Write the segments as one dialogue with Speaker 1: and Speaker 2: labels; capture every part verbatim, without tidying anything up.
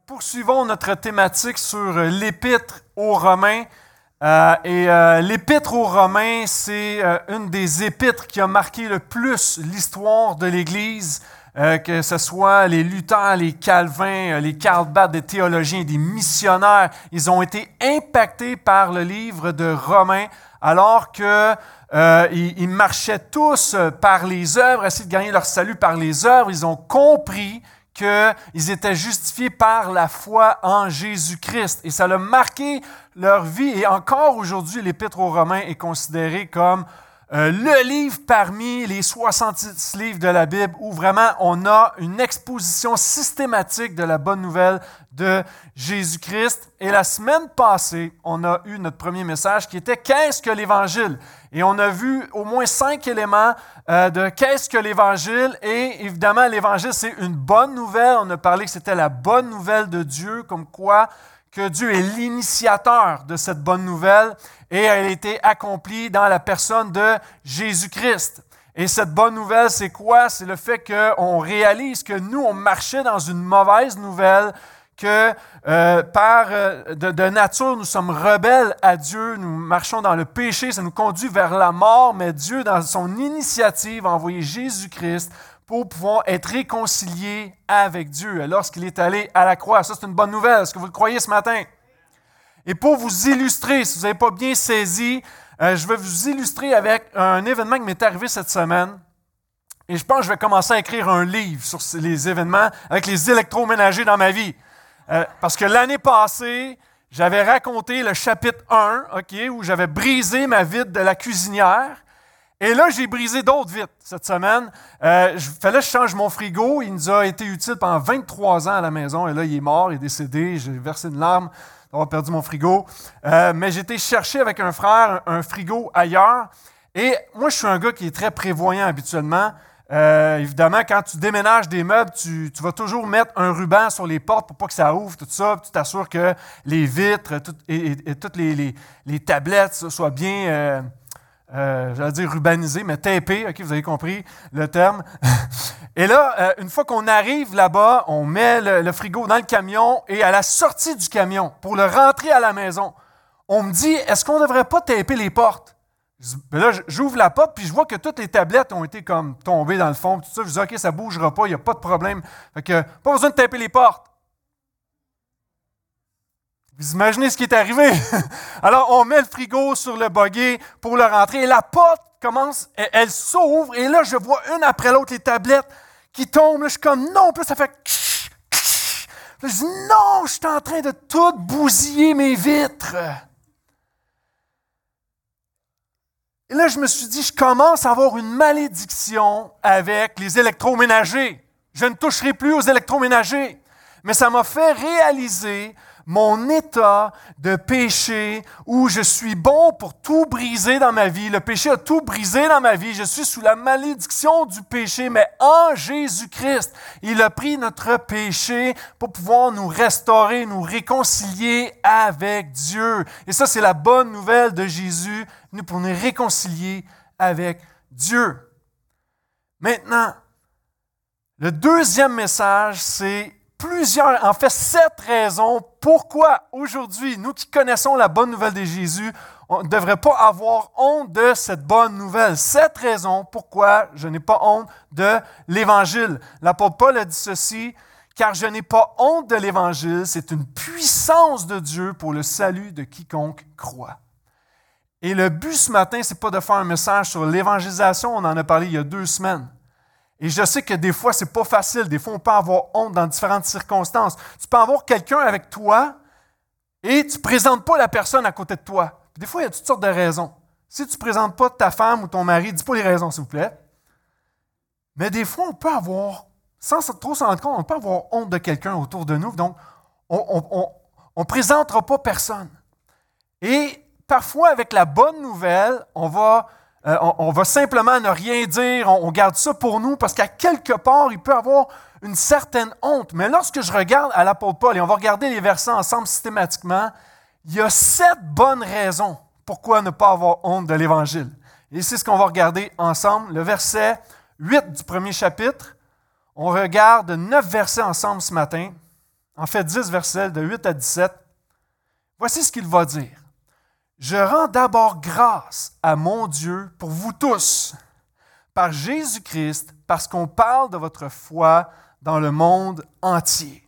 Speaker 1: poursuivons notre thématique sur l'Épître aux Romains. Euh, et euh, l'Épître aux Romains, c'est euh, une des épîtres qui a marqué le plus l'histoire de l'Église, euh, que ce soit les Luther, les Calvin, euh, les Karl Barth, des théologiens, des missionnaires. Ils ont été impactés par le livre de Romains, alors que euh, ils, ils marchaient tous par les œuvres, essayaient de gagner leur salut par les œuvres. Ils ont compris qu'ils étaient justifiés par la foi en Jésus-Christ. Et ça a marqué leur vie. Et encore aujourd'hui, l'Épître aux Romains est considéré comme euh, le livre parmi les soixante-dix livres de la Bible où vraiment on a une exposition systématique de la bonne nouvelle de Jésus-Christ. Et la semaine passée, on a eu notre premier message qui était « Qu'est-ce que l'Évangile ?» Et on a vu au moins cinq éléments euh, de qu'est-ce que l'Évangile. Et évidemment, l'Évangile, c'est une bonne nouvelle. On a parlé que c'était la bonne nouvelle de Dieu, comme quoi que Dieu est l'initiateur de cette bonne nouvelle et elle a été accomplie dans la personne de Jésus-Christ. Et cette bonne nouvelle, c'est quoi? C'est le fait qu'on réalise que nous, on marchait dans une mauvaise nouvelle, que euh, par euh, de, de nature, nous sommes rebelles à Dieu, nous marchons dans le péché, ça nous conduit vers la mort, mais Dieu, dans son initiative, a envoyé Jésus-Christ pour pouvoir être réconcilié avec Dieu lorsqu'il est allé à la croix. Ça, c'est une bonne nouvelle. Est-ce que vous le croyez ce matin? Et pour vous illustrer, si vous n'avez pas bien saisi, euh, je vais vous illustrer avec un événement qui m'est arrivé cette semaine. Et je pense que je vais commencer à écrire un livre sur les événements avec les électroménagers dans ma vie. Euh, parce que l'année passée, j'avais raconté le chapitre un, okay, où j'avais brisé ma vitre de la cuisinière. Et là, j'ai brisé d'autres vitres cette semaine. Euh, il fallait que je change mon frigo. Il nous a été utile pendant vingt-trois ans à la maison. Et là, il est mort, il est décédé. J'ai versé une larme d'avoir perdu mon frigo. Euh, mais j'ai été chercher avec un frère un, un frigo ailleurs. Et moi, je suis un gars qui est très prévoyant habituellement. Euh, évidemment, quand tu déménages des meubles, tu, tu vas toujours mettre un ruban sur les portes pour pas que ça ouvre, tout ça. Puis tu t'assures que les vitres tout, et, et, et toutes les, les, les tablettes soient bien, euh, euh, j'allais dire rubanisées, mais tapées. OK, vous avez compris le terme. Et là, euh, une fois qu'on arrive là-bas, on met le, le frigo dans le camion et à la sortie du camion, pour le rentrer à la maison, on me dit, est-ce qu'on ne devrait pas taper les portes? Là, j'ouvre la porte, puis je vois que toutes les tablettes ont été comme tombées dans le fond. Tout ça, je dis, OK, ça ne bougera pas, il n'y a pas de problème. Fait que, pas besoin de taper les portes. Vous imaginez ce qui est arrivé? Alors, on met le frigo sur le buggy pour le rentrer, et la porte commence, elle, elle s'ouvre, et là, je vois une après l'autre les tablettes qui tombent. Là, je suis comme, non, puis là, ça fait... Là, je dis, non, je suis en train de tout bousiller mes vitres. Et là, je me suis dit, je commence à avoir une malédiction avec les électroménagers. Je ne toucherai plus aux électroménagers. Mais ça m'a fait réaliser mon état de péché où je suis bon pour tout briser dans ma vie. Le péché a tout brisé dans ma vie. Je suis sous la malédiction du péché, mais en Jésus-Christ, il a pris notre péché pour pouvoir nous restaurer, nous réconcilier avec Dieu. Et ça, c'est la bonne nouvelle de Jésus, nous pour nous réconcilier avec Dieu. Maintenant, le deuxième message, c'est plusieurs, en fait, sept raisons pourquoi aujourd'hui, nous qui connaissons la bonne nouvelle de Jésus, on ne devrait pas avoir honte de cette bonne nouvelle. Sept raisons pourquoi je n'ai pas honte de l'Évangile. L'apôtre Paul a dit ceci, « Car je n'ai pas honte de l'Évangile, c'est une puissance de Dieu pour le salut de quiconque croit. » Et le but ce matin, ce n'est pas de faire un message sur l'évangélisation, on en a parlé il y a deux semaines. Et je sais que des fois, c'est pas facile. Des fois, on peut avoir honte dans différentes circonstances. Tu peux avoir quelqu'un avec toi et tu ne présentes pas la personne à côté de toi. Puis des fois, il y a toutes sortes de raisons. Si tu ne présentes pas ta femme ou ton mari, dis pas les raisons, s'il vous plaît. Mais des fois, on peut avoir, sans trop s'en rendre compte, on peut avoir honte de quelqu'un autour de nous. Donc, on ne présentera pas personne. Et parfois, avec la bonne nouvelle, on va... Euh, on, on va simplement ne rien dire, on, on garde ça pour nous parce qu'à quelque part, il peut y avoir une certaine honte. Mais lorsque je regarde à l'apôtre Paul, et on va regarder les versets ensemble systématiquement, il y a sept bonnes raisons pourquoi ne pas avoir honte de l'Évangile. Et c'est ce qu'on va regarder ensemble. Le verset huit du premier chapitre, on regarde neuf versets ensemble ce matin. en fait dix versets de huit à dix-sept, voici ce qu'il va dire. « Je rends d'abord grâce à mon Dieu pour vous tous, par Jésus-Christ, parce qu'on parle de votre foi dans le monde entier.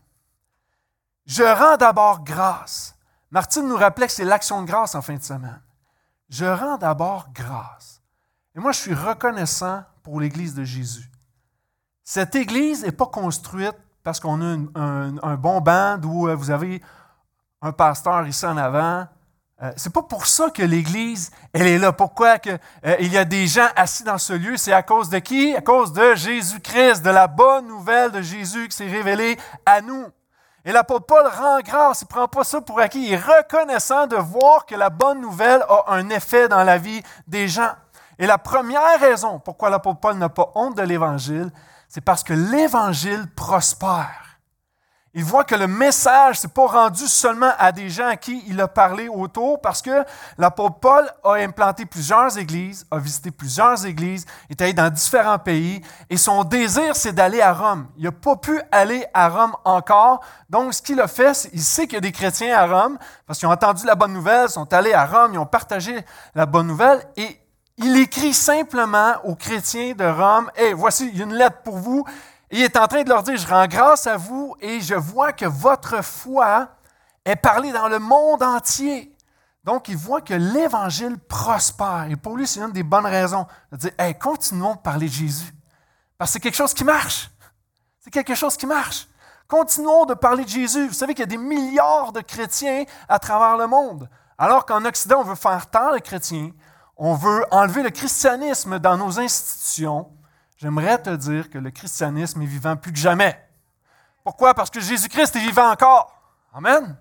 Speaker 1: Je rends d'abord grâce. » Martine nous rappelait que c'est l'action de grâce en fin de semaine. Je rends d'abord grâce. Et moi, je suis reconnaissant pour l'Église de Jésus. Cette Église n'est pas construite parce qu'on a un, un, un bon band où vous avez un pasteur ici en avant. Euh, c'est pas pour ça que l'Église, elle est là. Pourquoi que, euh, il y a des gens assis dans ce lieu? C'est à cause de qui? À cause de Jésus-Christ, de la bonne nouvelle de Jésus qui s'est révélée à nous. Et l'apôtre Paul rend grâce, il ne prend pas ça pour acquis, il est reconnaissant de voir que la bonne nouvelle a un effet dans la vie des gens. Et la première raison pourquoi l'apôtre Paul n'a pas honte de l'Évangile, c'est parce que l'Évangile prospère. Il voit que le message ne s'est pas rendu seulement à des gens à qui il a parlé autour, parce que l'apôtre Paul a implanté plusieurs églises, a visité plusieurs églises, est allé dans différents pays, et son désir, c'est d'aller à Rome. Il n'a pas pu aller à Rome encore, donc ce qu'il a fait, c'est il sait qu'il y a des chrétiens à Rome, parce qu'ils ont entendu la bonne nouvelle, sont allés à Rome, ils ont partagé la bonne nouvelle, et il écrit simplement aux chrétiens de Rome, « Hey, voici, il y a une lettre pour vous. » Et il est en train de leur dire, « Je rends grâce à vous et je vois que votre foi est parlée dans le monde entier. » Donc, il voit que l'Évangile prospère. Et pour lui, c'est une des bonnes raisons de dire, « Hey, continuons de parler de Jésus. » Parce que c'est quelque chose qui marche. C'est quelque chose qui marche. Continuons de parler de Jésus. Vous savez qu'il y a des milliards de chrétiens à travers le monde. Alors qu'en Occident, on veut faire taire les chrétiens. On veut enlever le christianisme dans nos institutions. J'aimerais te dire que le christianisme est vivant plus que jamais. Pourquoi? Parce que Jésus-Christ est vivant encore. Amen.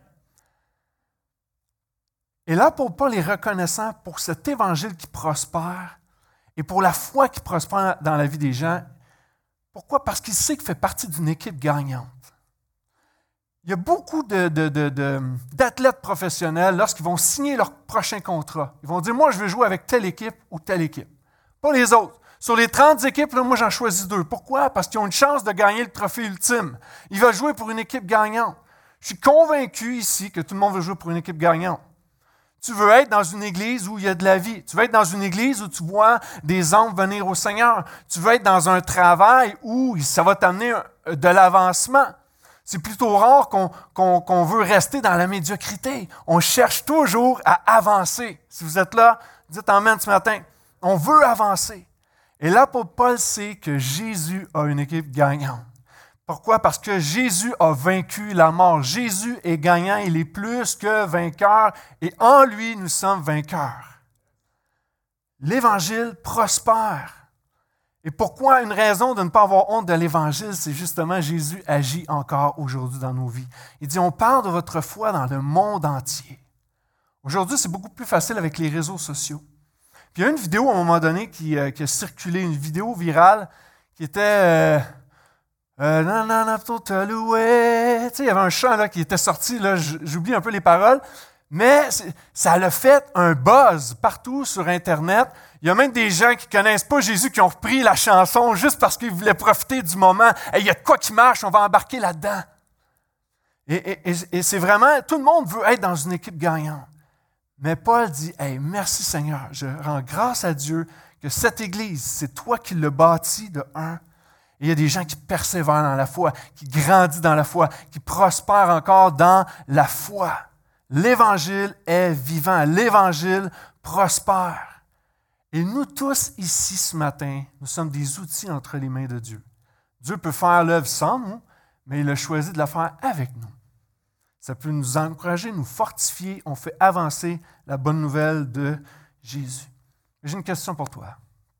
Speaker 1: Et là, pour Paul est reconnaissant pour cet évangile qui prospère et pour la foi qui prospère dans la vie des gens. Pourquoi? Parce qu'il sait qu'il fait partie d'une équipe gagnante. Il y a beaucoup de, de, de, de, d'athlètes professionnels, lorsqu'ils vont signer leur prochain contrat, ils vont dire, moi, je veux jouer avec telle équipe ou telle équipe. Pas les autres. Sur les trente équipes, là, moi, j'en choisis deux. Pourquoi? Parce qu'ils ont une chance de gagner le trophée ultime. Ils veulent jouer pour une équipe gagnante. Je suis convaincu ici que tout le monde veut jouer pour une équipe gagnante. Tu veux être dans une église où il y a de la vie. Tu veux être dans une église où tu vois des âmes venir au Seigneur. Tu veux être dans un travail où ça va t'amener de l'avancement. C'est plutôt rare qu'on, qu'on, qu'on veut rester dans la médiocrité. On cherche toujours à avancer. Si vous êtes là, dites amen ce matin. On veut avancer. Et l'apôtre Paul sait que Jésus a une équipe gagnante. Pourquoi? Parce que Jésus a vaincu la mort. Jésus est gagnant, il est plus que vainqueur, et en lui, nous sommes vainqueurs. L'Évangile prospère. Et pourquoi une raison de ne pas avoir honte de l'Évangile, c'est justement Jésus agit encore aujourd'hui dans nos vies. Il dit, on parle de votre foi dans le monde entier. Aujourd'hui, c'est beaucoup plus facile avec les réseaux sociaux. Puis il y a une vidéo à un moment donné qui, euh, qui a circulé, une vidéo virale qui était euh, euh, non, non, non, tout te louer. Tu sais, il y avait un chant là, qui était sorti, là, j'oublie un peu les paroles, mais ça a fait un buzz partout sur Internet. Il y a même des gens qui ne connaissent pas Jésus qui ont repris la chanson juste parce qu'ils voulaient profiter du moment. Hey, il y a de quoi qui marche, on va embarquer là-dedans. Et, et, et, et c'est vraiment, tout le monde veut être dans une équipe gagnante. Mais Paul dit, hey, merci Seigneur, je rends grâce à Dieu que cette Église, c'est toi qui l'as bâtie de un. Et il y a des gens qui persévèrent dans la foi, qui grandissent dans la foi, qui prospèrent encore dans la foi. L'Évangile est vivant, l'Évangile prospère. Et nous tous ici ce matin, nous sommes des outils entre les mains de Dieu. Dieu peut faire l'œuvre sans nous, mais il a choisi de la faire avec nous. Ça peut nous encourager, nous fortifier. On fait avancer la bonne nouvelle de Jésus. J'ai une question pour toi.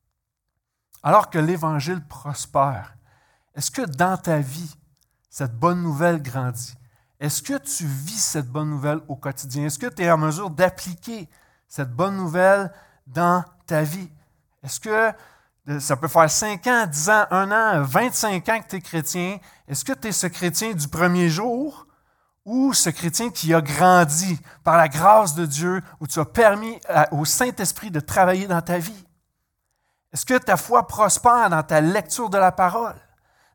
Speaker 1: Alors que l'Évangile prospère, est-ce que dans ta vie, cette bonne nouvelle grandit? Est-ce que tu vis cette bonne nouvelle au quotidien? Est-ce que tu es en mesure d'appliquer cette bonne nouvelle dans ta vie? Est-ce que ça peut faire cinq ans, dix ans, un an, vingt-cinq ans que tu es chrétien? Est-ce que tu es ce chrétien du premier jour? Ou ce chrétien qui a grandi par la grâce de Dieu, où tu as permis au Saint-Esprit de travailler dans ta vie? Est-ce que ta foi prospère dans ta lecture de la parole,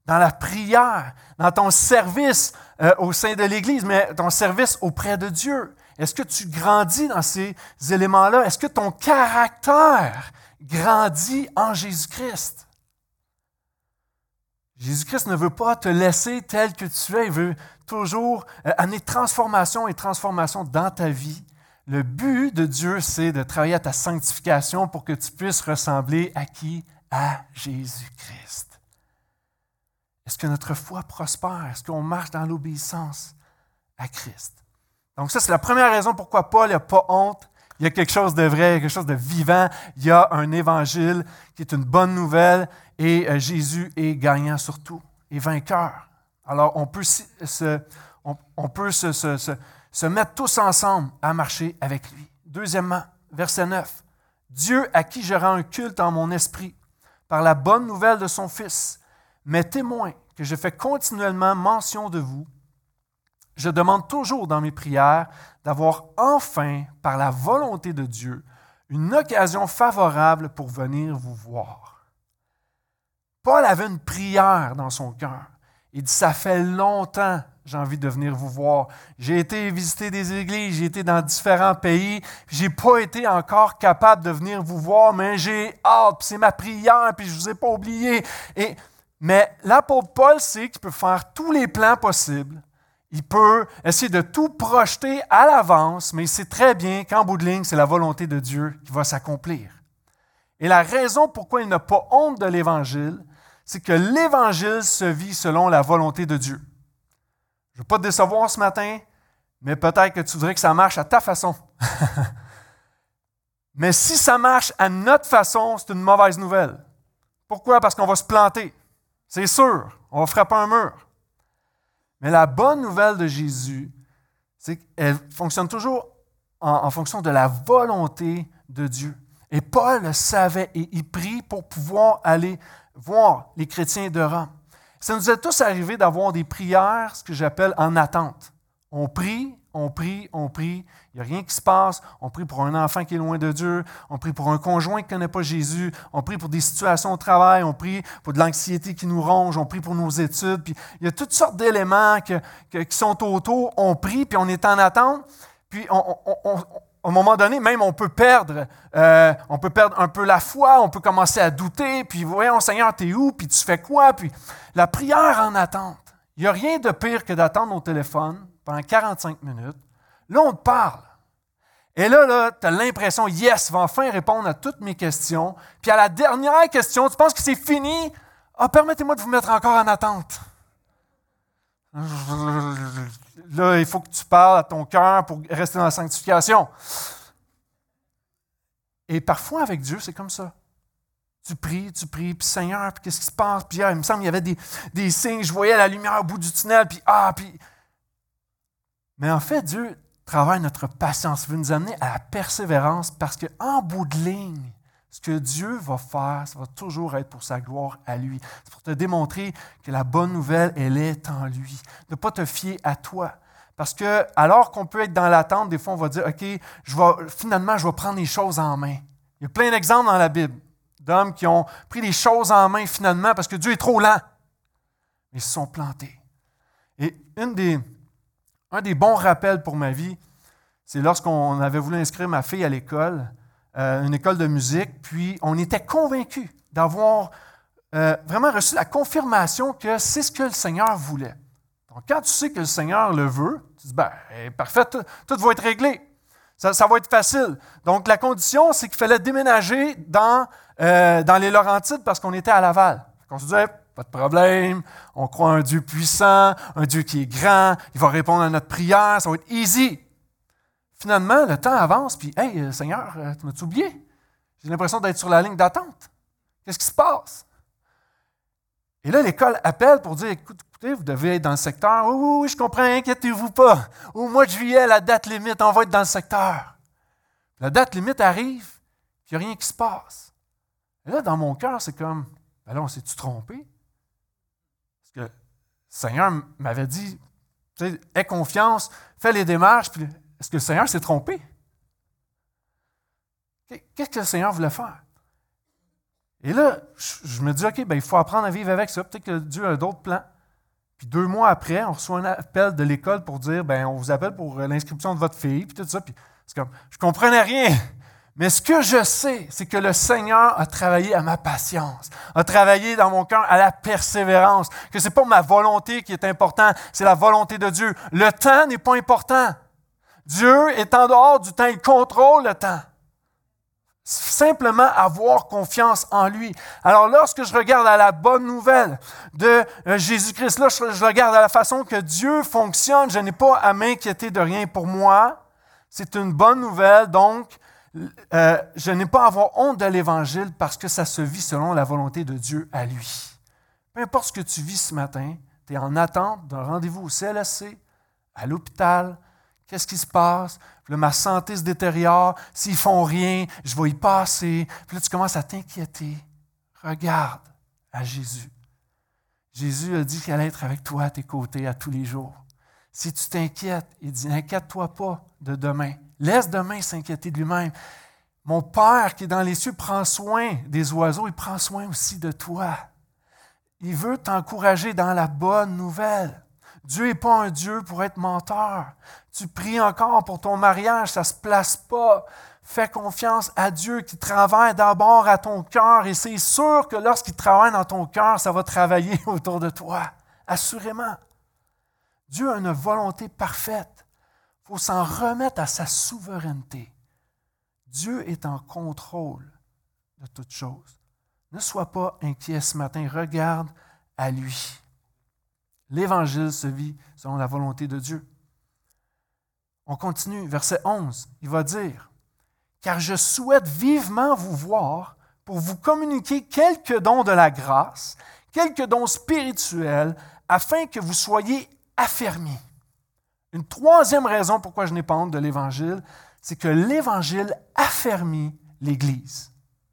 Speaker 1: dans la prière, dans ton service euh, au sein de l'Église, mais ton service auprès de Dieu? Est-ce que tu grandis dans ces éléments-là? Est-ce que ton caractère grandit en Jésus-Christ? Jésus-Christ ne veut pas te laisser tel que tu es. Il veut toujours euh, amener transformation et transformation dans ta vie. Le but de Dieu, c'est de travailler à ta sanctification pour que tu puisses ressembler à qui? À Jésus-Christ. Est-ce que notre foi prospère? Est-ce qu'on marche dans l'obéissance à Christ? Donc ça, c'est la première raison pourquoi Paul n'a pas honte. Il y a quelque chose de vrai, quelque chose de vivant. Il y a un évangile qui est une bonne nouvelle et euh, Jésus est gagnant surtout et vainqueur. Alors, on peut, se, on, on peut se, se, se, se mettre tous ensemble à marcher avec lui. Deuxièmement, verset neuf. Dieu à qui je rends un culte en mon esprit, par la bonne nouvelle de son Fils, m'est témoin que je fais continuellement mention de vous. Je demande toujours dans mes prières d'avoir enfin, par la volonté de Dieu, une occasion favorable pour venir vous voir. Paul avait une prière dans son cœur. Il dit, ça fait longtemps que j'ai envie de venir vous voir. J'ai été visiter des églises, j'ai été dans différents pays, je n'ai pas été encore capable de venir vous voir, mais j'ai hâte, puis c'est ma prière, puis je ne vous ai pas oublié. Et, mais l'apôtre Paul sait qu'il peut faire tous les plans possibles. Il peut essayer de tout projeter à l'avance, mais il sait très bien qu'en bout de ligne, c'est la volonté de Dieu qui va s'accomplir. Et la raison pourquoi il n'a pas honte de l'Évangile, c'est que l'Évangile se vit selon la volonté de Dieu. Je ne veux pas te décevoir ce matin, mais peut-être que tu voudrais que ça marche à ta façon. Mais si ça marche à notre façon, c'est une mauvaise nouvelle. Pourquoi? Parce qu'on va se planter. C'est sûr, on va frapper un mur. Mais la bonne nouvelle de Jésus, c'est qu'elle fonctionne toujours en, en fonction de la volonté de Dieu. Et Paul le savait et il prie pour pouvoir aller voir les chrétiens de Rome. Ça nous est tous arrivé d'avoir des prières, ce que j'appelle en attente. On prie, on prie, on prie, il n'y a rien qui se passe. On prie pour un enfant qui est loin de Dieu, on prie pour un conjoint qui ne connaît pas Jésus, on prie pour des situations au travail, on prie pour de l'anxiété qui nous ronge, on prie pour nos études. Puis il y a toutes sortes d'éléments que, que, qui sont autour, on prie, puis on est en attente. Puis on, on, on, à un moment donné, même on peut perdre, euh, on peut perdre un peu la foi, on peut commencer à douter, puis voyons Seigneur, t'es où, puis tu fais quoi? Puis la prière en attente. Il n'y a rien de pire que d'attendre au téléphone pendant quarante-cinq minutes. Là, on te parle. Et là, là tu as l'impression, yes, va enfin répondre à toutes mes questions. Puis à la dernière question, tu penses que c'est fini? Ah, permettez-moi de vous mettre encore en attente. Là, il faut que tu parles à ton cœur pour rester dans la sanctification. Et parfois, avec Dieu, c'est comme ça. Tu pries, tu pries, puis Seigneur, puis qu'est-ce qui se passe? Puis ah, il me semble qu'il y avait des, des signes, je voyais la lumière au bout du tunnel, puis ah, puis... Mais en fait, Dieu travaille notre patience, il veut nous amener à la persévérance, parce qu'en bout de ligne, ce que Dieu va faire, ça va toujours être pour sa gloire à lui. C'est pour te démontrer que la bonne nouvelle, elle est en lui. Ne pas te fier à toi. Parce que, alors qu'on peut être dans l'attente, des fois, on va dire, OK, je vais, finalement, je vais prendre les choses en main. Il y a plein d'exemples dans la Bible d'hommes qui ont pris les choses en main finalement parce que Dieu est trop lent. Ils se sont plantés. Et une des, un des bons rappels pour ma vie, c'est lorsqu'on avait voulu inscrire ma fille à l'école, euh, une école de musique, puis on était convaincus d'avoir euh, vraiment reçu la confirmation que c'est ce que le Seigneur voulait. Donc, quand tu sais que le Seigneur le veut, tu te dis, ben, parfait, tout, tout va être réglé. Ça, ça va être facile. Donc, la condition, c'est qu'il fallait déménager dans, euh, dans les Laurentides parce qu'on était à Laval. On se disait, pas de problème, on croit un Dieu puissant, un Dieu qui est grand, il va répondre à notre prière, ça va être easy. Finalement, le temps avance, puis, hey, Seigneur, tu m'as-tu oublié? J'ai l'impression d'être sur la ligne d'attente. Qu'est-ce qui se passe? Et là, l'école appelle pour dire, écoute, écoutez, vous devez être dans le secteur. Oui, oui, oui, je comprends, inquiétez-vous pas. Au mois de juillet, la date limite, on va être dans le secteur. La date limite arrive, puis il n'y a rien qui se passe. Et là, dans mon cœur, c'est comme, ben là, on s'est-tu trompé? Parce que le Seigneur m'avait dit, tu sais, aie confiance, fais les démarches, puis est-ce que le Seigneur s'est trompé? Qu'est-ce que le Seigneur voulait faire? Et là, je, je me dis, OK, ben, il faut apprendre à vivre avec ça. Peut-être que Dieu a d'autres plans. Puis deux mois après, on reçoit un appel de l'école pour dire, ben, on vous appelle pour l'inscription de votre fille, puis tout ça. Puis c'est comme, je comprenais rien. Mais ce que je sais, c'est que le Seigneur a travaillé à ma patience, a travaillé dans mon cœur à la persévérance, que ce n'est pas ma volonté qui est importante, c'est la volonté de Dieu. Le temps n'est pas important. Dieu est en dehors du temps, il contrôle le temps. Simplement avoir confiance en lui. Alors lorsque je regarde à la bonne nouvelle de Jésus-Christ, là je regarde à la façon que Dieu fonctionne, je n'ai pas à m'inquiéter de rien pour moi. C'est une bonne nouvelle, donc Euh, je n'ai pas à avoir honte de l'Évangile parce que ça se vit selon la volonté de Dieu à lui. Peu importe ce que tu vis ce matin, tu es en attente d'un rendez-vous au C L S C, à l'hôpital, qu'est-ce qui se passe? Puis là, ma santé se détériore, s'ils font rien, je vais y passer. Puis là, tu commences à t'inquiéter. Regarde à Jésus. Jésus a dit qu'il allait être avec toi à tes côtés à tous les jours. Si tu t'inquiètes, il dit, inquiète-toi pas de demain. Laisse demain s'inquiéter de lui-même. Mon Père qui est dans les cieux prend soin des oiseaux, il prend soin aussi de toi. Il veut t'encourager dans la bonne nouvelle. Dieu n'est pas un Dieu pour être menteur. Tu pries encore pour ton mariage, ça ne se place pas. Fais confiance à Dieu qui travaille d'abord à ton cœur et c'est sûr que lorsqu'il travaille dans ton cœur, ça va travailler autour de toi. Assurément. Dieu a une volonté parfaite. Il faut s'en remettre à sa souveraineté. Dieu est en contrôle de toutes choses. Ne sois pas inquiet ce matin, regarde à lui. L'Évangile se vit selon la volonté de Dieu. On continue, verset onze, il va dire, « Car je souhaite vivement vous voir pour vous communiquer quelques dons de la grâce, quelques dons spirituels, afin que vous soyez affermis. » Une troisième raison pourquoi je n'ai pas honte de l'Évangile, c'est que l'Évangile affermit l'Église.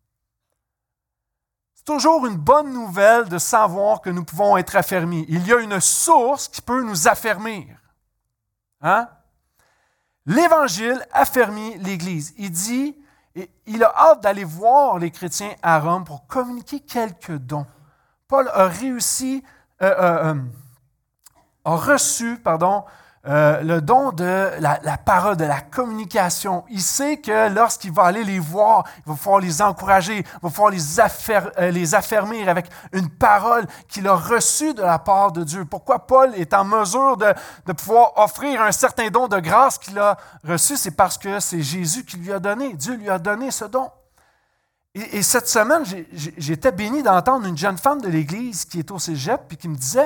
Speaker 1: C'est toujours une bonne nouvelle de savoir que nous pouvons être affermis. Il y a une source qui peut nous affermir. Hein? L'Évangile affermit l'Église. Il dit, il a hâte d'aller voir les chrétiens à Rome pour communiquer quelques dons. Paul a réussi, euh, euh, euh, a reçu, pardon, Euh, le don de la, la parole, de la communication. Il sait que lorsqu'il va aller les voir, il va pouvoir les encourager, il va pouvoir les, affer, euh, les affermir avec une parole qu'il a reçue de la part de Dieu. Pourquoi Paul est en mesure de, de pouvoir offrir un certain don de grâce qu'il a reçu? C'est parce que c'est Jésus qui lui a donné. Dieu lui a donné ce don. Et, et cette semaine, j'ai, j'étais béni d'entendre une jeune femme de l'Église qui est au cégep et qui me disait,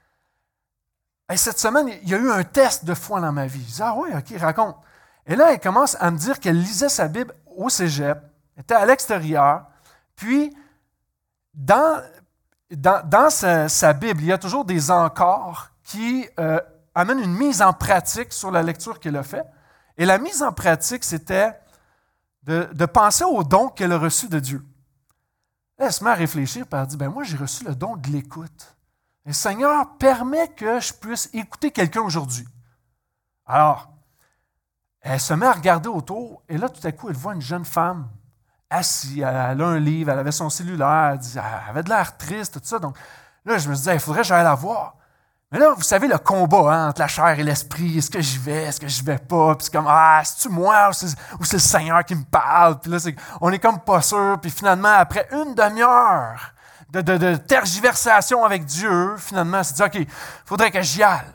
Speaker 1: hey, cette semaine, il y a eu un test de foi dans ma vie. Je dis, ah oui, OK, raconte. Et là, elle commence à me dire qu'elle lisait sa Bible au cégep, était à l'extérieur, puis dans, dans, dans sa, sa Bible, il y a toujours des encores qui euh, amènent une mise en pratique sur la lecture qu'elle a faite. Et la mise en pratique, c'était de, de penser au don qu'elle a reçu de Dieu. Là, elle se met à réfléchir, puis elle dit, ben moi, j'ai reçu le don de l'écoute. Le Seigneur permet que je puisse écouter quelqu'un aujourd'hui. Alors, elle se met à regarder autour, et là, tout à coup, elle voit une jeune femme assise, elle a un livre, elle avait son cellulaire, elle, dit, elle avait de l'air triste, tout ça. Donc là, je me suis dit, il faudrait que j'aille la voir. Mais là, vous savez, le combat hein, entre la chair et l'esprit, est-ce que j'y vais, est-ce que j'y vais pas? Puis c'est comme, ah, c'est-tu moi ou c'est, ou c'est le Seigneur qui me parle? Puis là, c'est, on est comme pas sûr. Puis finalement, après une demi-heure, De, de, de tergiversation avec Dieu, finalement, elle s'est dit, OK, il faudrait que j'y aille.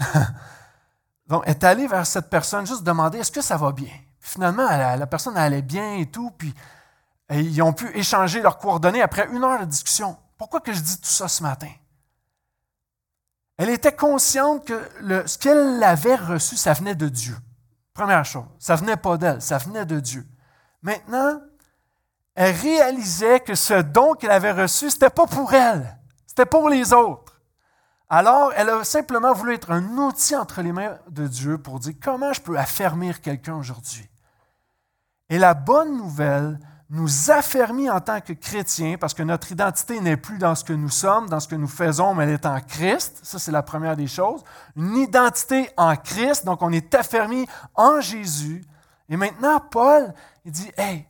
Speaker 1: Donc, elle est allée vers cette personne, juste demander, est-ce que ça va bien? Puis finalement, elle, la personne allait bien et tout, puis et ils ont pu échanger leurs coordonnées après une heure de discussion. Pourquoi que je dis tout ça ce matin? Elle était consciente que le, ce qu'elle avait reçu, ça venait de Dieu. Première chose, ça venait pas d'elle, ça venait de Dieu. Maintenant, elle réalisait que ce don qu'elle avait reçu, ce n'était pas pour elle, c'était pour les autres. Alors, elle a simplement voulu être un outil entre les mains de Dieu pour dire comment je peux affermir quelqu'un aujourd'hui. Et la bonne nouvelle nous affermit en tant que chrétiens, parce que notre identité n'est plus dans ce que nous sommes, dans ce que nous faisons, mais elle est en Christ. Ça, c'est la première des choses. Une identité en Christ, donc on est affermi en Jésus. Et maintenant, Paul, il dit, « Hey,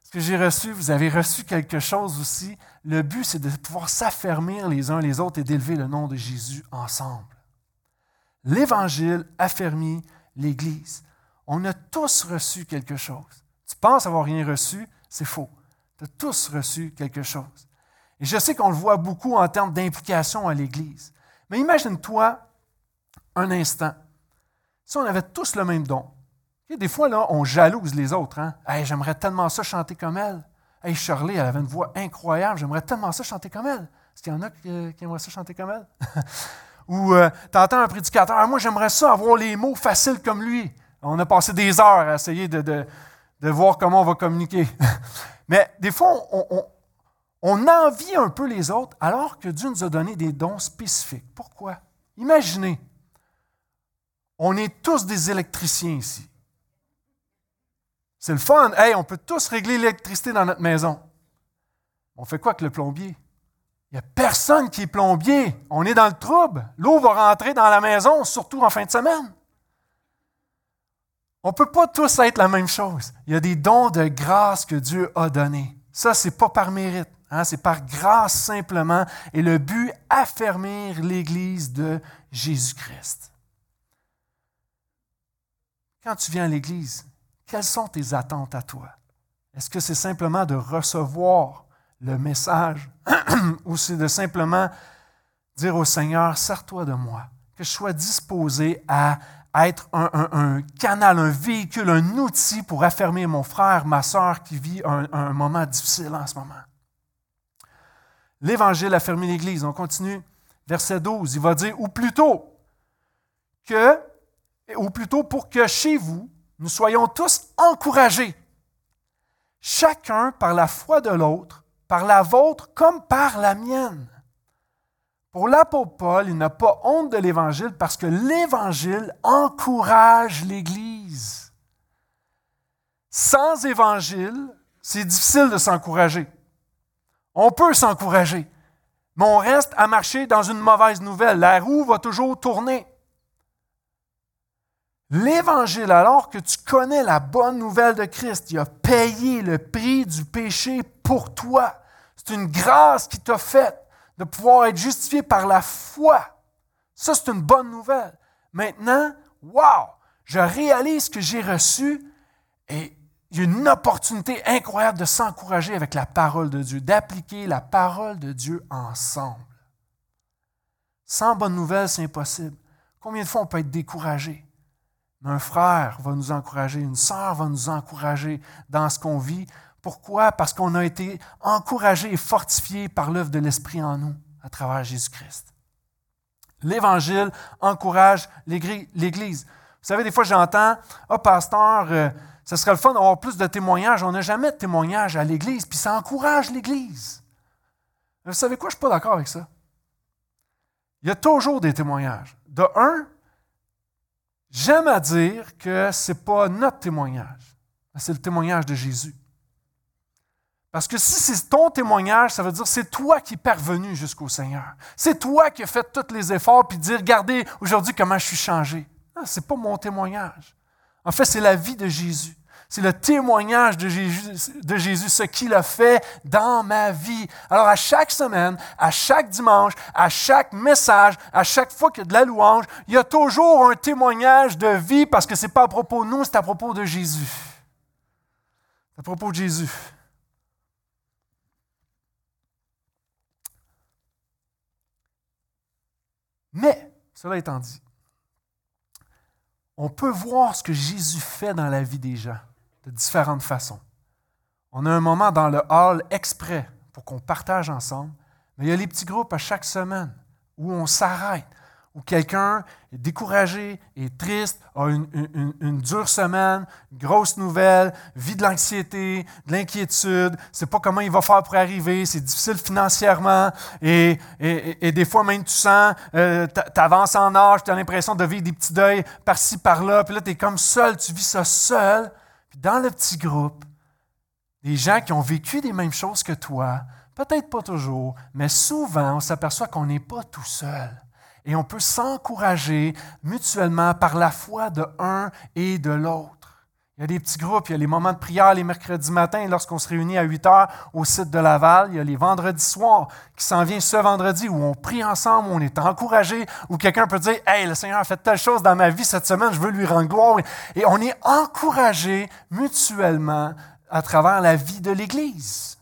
Speaker 1: ce que j'ai reçu, vous avez reçu quelque chose aussi. Le but, c'est de pouvoir s'affermir les uns les autres et d'élever le nom de Jésus ensemble. L'Évangile affermit l'Église. On a tous reçu quelque chose. Tu penses avoir rien reçu, c'est faux. Tu as tous reçu quelque chose. Et je sais qu'on le voit beaucoup en termes d'implication à l'Église. Mais imagine-toi un instant, si on avait tous le même don. Et des fois, là, on jalouse les autres. Hein? Hey, j'aimerais tellement ça chanter comme elle. Hey, Shirley, elle avait une voix incroyable. J'aimerais tellement ça chanter comme elle. Est-ce qu'il y en a qui, qui aimeraient ça chanter comme elle? Ou euh, tu entends un prédicateur, ah, moi, j'aimerais ça avoir les mots faciles comme lui. On a passé des heures à essayer de, de, de voir comment on va communiquer. Mais des fois, on, on, on envie un peu les autres alors que Dieu nous a donné des dons spécifiques. Pourquoi? Imaginez, on est tous des électriciens ici. C'est le fun. Hey, on peut tous régler l'électricité dans notre maison. On fait quoi avec le plombier? Il n'y a personne qui est plombier. On est dans le trouble. L'eau va rentrer dans la maison, surtout en fin de semaine. On ne peut pas tous être la même chose. Il y a des dons de grâce que Dieu a donnés. Ça, ce n'est pas par mérite. Hein? C'est par grâce simplement. Et le but, affermir l'Église de Jésus-Christ. Quand tu viens à l'Église, quelles sont tes attentes à toi? Est-ce que c'est simplement de recevoir le message ou c'est de simplement dire au Seigneur, sers-toi de moi, que je sois disposé à être un, un, un canal, un véhicule, un outil pour affermir mon frère, ma sœur qui vit un, un moment difficile en ce moment. L'Évangile affermit l'Église. On continue. Verset douze, il va dire, ou plutôt que, ou plutôt pour que chez vous, nous soyons tous encouragés, chacun par la foi de l'autre, par la vôtre comme par la mienne. Pour l'apôtre Paul, il n'a pas honte de l'Évangile parce que l'Évangile encourage l'Église. Sans Évangile, c'est difficile de s'encourager. On peut s'encourager, mais on reste à marcher dans une mauvaise nouvelle. La roue va toujours tourner. L'Évangile, alors que tu connais la bonne nouvelle de Christ, il a payé le prix du péché pour toi. C'est une grâce qui t'a faite de pouvoir être justifié par la foi. Ça, c'est une bonne nouvelle. Maintenant, wow, je réalise ce que j'ai reçu et il y a une opportunité incroyable de s'encourager avec la parole de Dieu, d'appliquer la parole de Dieu ensemble. Sans bonne nouvelle, c'est impossible. Combien de fois on peut être découragé? Un frère va nous encourager, une sœur va nous encourager dans ce qu'on vit. Pourquoi? Parce qu'on a été encouragé et fortifié par l'œuvre de l'Esprit en nous, à travers Jésus-Christ. L'Évangile encourage l'Église. Vous savez, des fois, j'entends « Ah, pasteur, euh, ce serait le fun d'avoir plus de témoignages. » On n'a jamais de témoignages à l'Église, puis ça encourage l'Église. Vous savez quoi? Je ne suis pas d'accord avec ça. Il y a toujours des témoignages. De un, j'aime à dire que ce n'est pas notre témoignage, c'est le témoignage de Jésus. Parce que si c'est ton témoignage, ça veut dire que c'est toi qui es parvenu jusqu'au Seigneur. C'est toi qui as fait tous les efforts puis dire, regardez aujourd'hui comment je suis changé. Non, ce n'est pas mon témoignage. En fait, c'est la vie de Jésus. C'est le témoignage de Jésus, de Jésus, ce qu'il a fait dans ma vie. Alors, à chaque semaine, à chaque dimanche, à chaque message, à chaque fois qu'il y a de la louange, il y a toujours un témoignage de vie parce que ce n'est pas à propos de nous, c'est à propos de Jésus. C'est à propos de Jésus. Mais, cela étant dit, on peut voir ce que Jésus fait dans la vie des gens de différentes façons. On a un moment dans le hall exprès pour qu'on partage ensemble, mais il y a les petits groupes à chaque semaine où on s'arrête, où quelqu'un est découragé, est triste, a une, une, une dure semaine, une grosse nouvelle, vit de l'anxiété, de l'inquiétude, ne sait pas comment il va faire pour arriver, c'est difficile financièrement, et, et, et des fois même tu sens, euh, tu avances en âge, tu as l'impression de vivre des petits deuils par-ci, par-là, puis là tu es comme seul, tu vis ça seul. Puis dans le petit groupe, des gens qui ont vécu les mêmes choses que toi, peut-être pas toujours, mais souvent on s'aperçoit qu'on n'est pas tout seul. Et on peut s'encourager mutuellement par la foi de un et de l'autre. Il y a des petits groupes, il y a les moments de prière les mercredis matins lorsqu'on se réunit à huit heures au site de Laval. Il y a les vendredis soirs qui s'en vient ce vendredi où on prie ensemble, où on est encouragé, où quelqu'un peut dire « Hey, le Seigneur a fait telle chose dans ma vie cette semaine, je veux lui rendre gloire. » Et on est encouragé mutuellement à travers la vie de l'Église.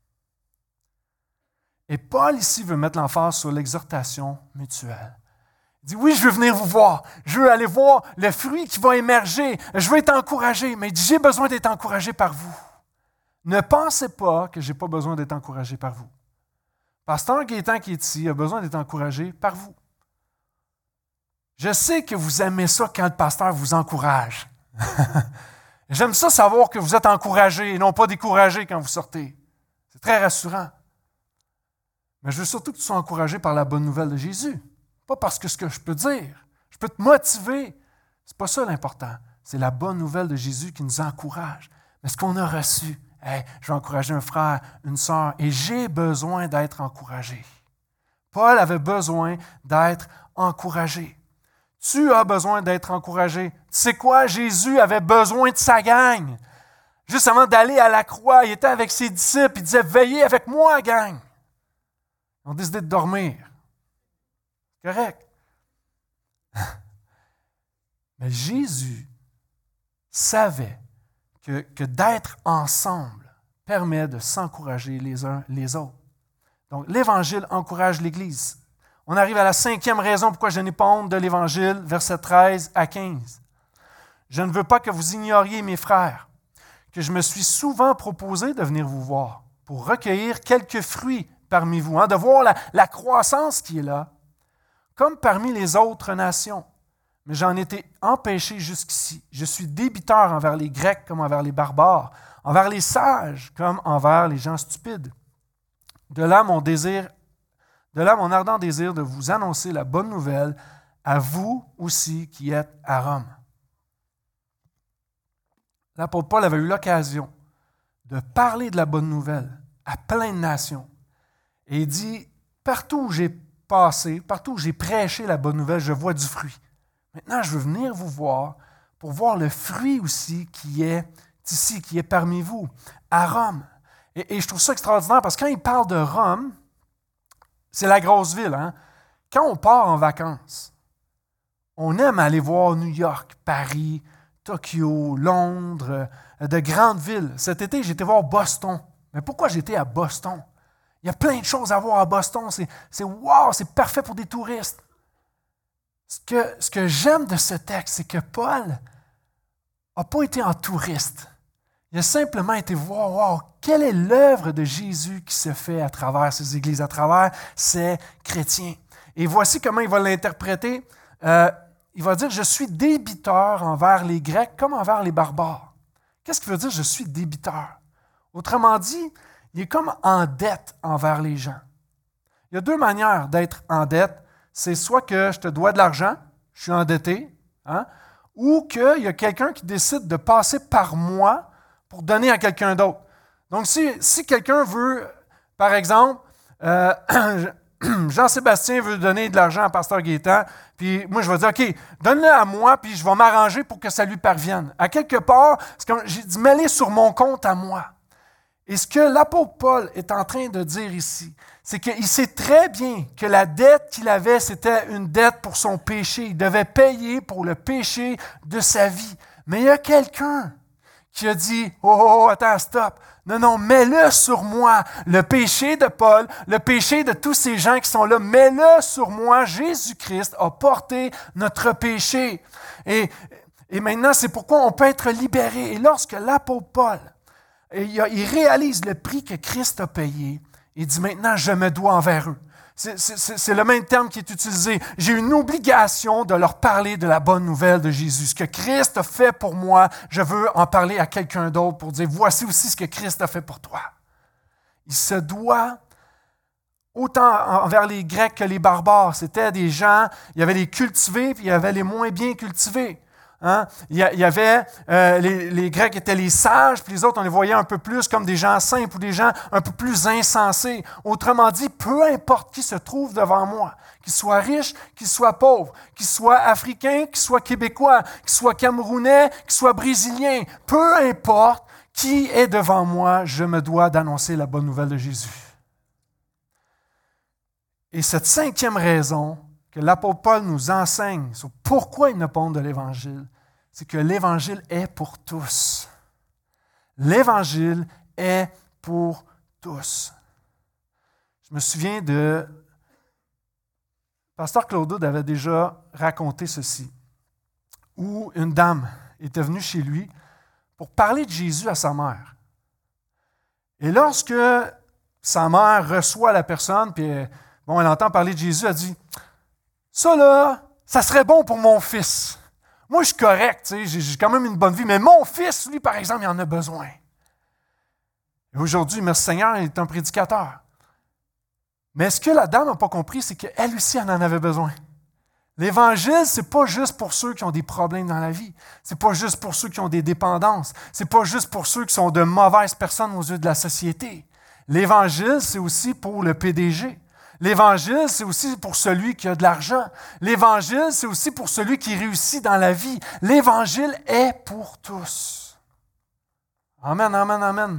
Speaker 1: Et Paul ici veut mettre l'emphase sur l'exhortation mutuelle. Il dit, oui, je veux venir vous voir. Je veux aller voir le fruit qui va émerger. Je veux être encouragé, mais il dit, j'ai besoin d'être encouragé par vous. Ne pensez pas que je n'ai pas besoin d'être encouragé par vous. Pasteur Gaétan qui est ici a besoin d'être encouragé par vous. Je sais que vous aimez ça quand le pasteur vous encourage. J'aime ça savoir que vous êtes encouragé et non pas découragé quand vous sortez. C'est très rassurant. Mais je veux surtout que tu sois encouragé par la bonne nouvelle de Jésus. Pas parce que ce que je peux dire. Je peux te motiver. C'est pas ça l'important. C'est la bonne nouvelle de Jésus qui nous encourage. Mais ce qu'on a reçu, hey, je vais encourager un frère, une sœur, et j'ai besoin d'être encouragé. Paul avait besoin d'être encouragé. Tu as besoin d'être encouragé. Tu sais quoi? Jésus avait besoin de sa gang. Juste avant d'aller à la croix, il était avec ses disciples, il disait, veillez avec moi, gang. Ils ont décidé de dormir. Correct. Mais Jésus savait que, que d'être ensemble permet de s'encourager les uns les autres. Donc, l'Évangile encourage l'Église. On arrive à la cinquième raison pourquoi je n'ai pas honte de l'Évangile, versets treize à quinze. Je ne veux pas que vous ignoriez, mes frères, que je me suis souvent proposé de venir vous voir pour recueillir quelques fruits parmi vous, hein, de voir la, la croissance qui est là, comme parmi les autres nations. Mais j'en étais empêché jusqu'ici. Je suis débiteur envers les Grecs comme envers les barbares, envers les sages comme envers les gens stupides. De là mon désir, de là mon ardent désir de vous annoncer la bonne nouvelle à vous aussi qui êtes à Rome. L'apôtre Paul avait eu l'occasion de parler de la bonne nouvelle à plein de nations. Et il dit, partout où j'ai passé, partout où j'ai prêché la bonne nouvelle, je vois du fruit. Maintenant, je veux venir vous voir pour voir le fruit aussi qui est ici, qui est parmi vous, à Rome. Et, et je trouve ça extraordinaire parce que quand il parle de Rome, c'est la grosse ville. Hein? Quand on part en vacances, on aime aller voir New York, Paris, Tokyo, Londres, de grandes villes. Cet été, j'ai été voir Boston. Mais pourquoi j'étais à Boston? Il y a plein de choses à voir à Boston. C'est, c'est wow, c'est parfait pour des touristes. Ce que, ce que j'aime de ce texte, c'est que Paul n'a pas été en touriste. Il a simplement été voir, wow, quelle est l'œuvre de Jésus qui se fait à travers ces églises, à travers ces chrétiens. Et voici comment il va l'interpréter. Euh, il va dire, je suis débiteur envers les Grecs comme envers les barbares. Qu'est-ce qu'il veut dire, je suis débiteur? Autrement dit, il est comme en dette envers les gens. Il y a deux manières d'être en dette. C'est soit que je te dois de l'argent, je suis endetté, hein, ou qu'il y a quelqu'un qui décide de passer par moi pour donner à quelqu'un d'autre. Donc, si, si quelqu'un veut, par exemple, euh, Jean-Sébastien veut donner de l'argent à Pasteur Gaétan, puis moi, je vais dire, OK, donne-le à moi, puis je vais m'arranger pour que ça lui parvienne. À quelque part, c'est comme, j'ai dit, mets-les sur mon compte à moi. Et ce que l'apôtre Paul est en train de dire ici, c'est qu'il sait très bien que la dette qu'il avait, c'était une dette pour son péché. Il devait payer pour le péché de sa vie. Mais il y a quelqu'un qui a dit, « Oh, oh, oh, attends, stop. Non, non, mets-le sur moi. Le péché de Paul, le péché de tous ces gens qui sont là, mets-le sur moi. Jésus-Christ a porté notre péché. » Et, et maintenant, c'est pourquoi on peut être libéré. Et lorsque l'apôtre Paul, Et il réalise le prix que Christ a payé. Il dit maintenant, je me dois envers eux. C'est, c'est, c'est le même terme qui est utilisé. J'ai une obligation de leur parler de la bonne nouvelle de Jésus. Ce que Christ a fait pour moi, je veux en parler à quelqu'un d'autre pour dire, voici aussi ce que Christ a fait pour toi. Il se doit, autant envers les Grecs que les barbares. C'était des gens, il y avait les cultivés, puis il y avait les moins bien cultivés. Hein? Il y avait, euh, les, les Grecs étaient les sages, puis les autres, on les voyait un peu plus comme des gens simples ou des gens un peu plus insensés. Autrement dit, peu importe qui se trouve devant moi, qu'il soit riche, qu'il soit pauvre, qu'il soit africain, qu'il soit québécois, qu'il soit camerounais, qu'il soit brésilien, peu importe qui est devant moi, je me dois d'annoncer la bonne nouvelle de Jésus. Et cette cinquième raison que l'apôtre Paul nous enseigne sur pourquoi il n'a pas honte de l'Évangile, c'est que l'Évangile est pour tous. L'Évangile est pour tous. Je me souviens de... Pasteur Claude Hood avait déjà raconté ceci, où une dame était venue chez lui pour parler de Jésus à sa mère. Et lorsque sa mère reçoit la personne, puis bon, elle entend parler de Jésus, elle dit « Ça là, ça serait bon pour mon fils. Moi, je suis correct, tu sais, j'ai, j'ai quand même une bonne vie, mais mon fils, lui, par exemple, il en a besoin. » Et aujourd'hui, merci Seigneur, il est un prédicateur. Mais ce que la dame n'a pas compris, c'est qu'elle aussi, elle en avait besoin. L'Évangile, ce n'est pas juste pour ceux qui ont des problèmes dans la vie. Ce n'est pas juste pour ceux qui ont des dépendances. Ce n'est pas juste pour ceux qui sont de mauvaises personnes aux yeux de la société. L'Évangile, c'est aussi pour le P D G. L'Évangile, c'est aussi pour celui qui a de l'argent. L'Évangile, c'est aussi pour celui qui réussit dans la vie. L'Évangile est pour tous. Amen, amen, amen.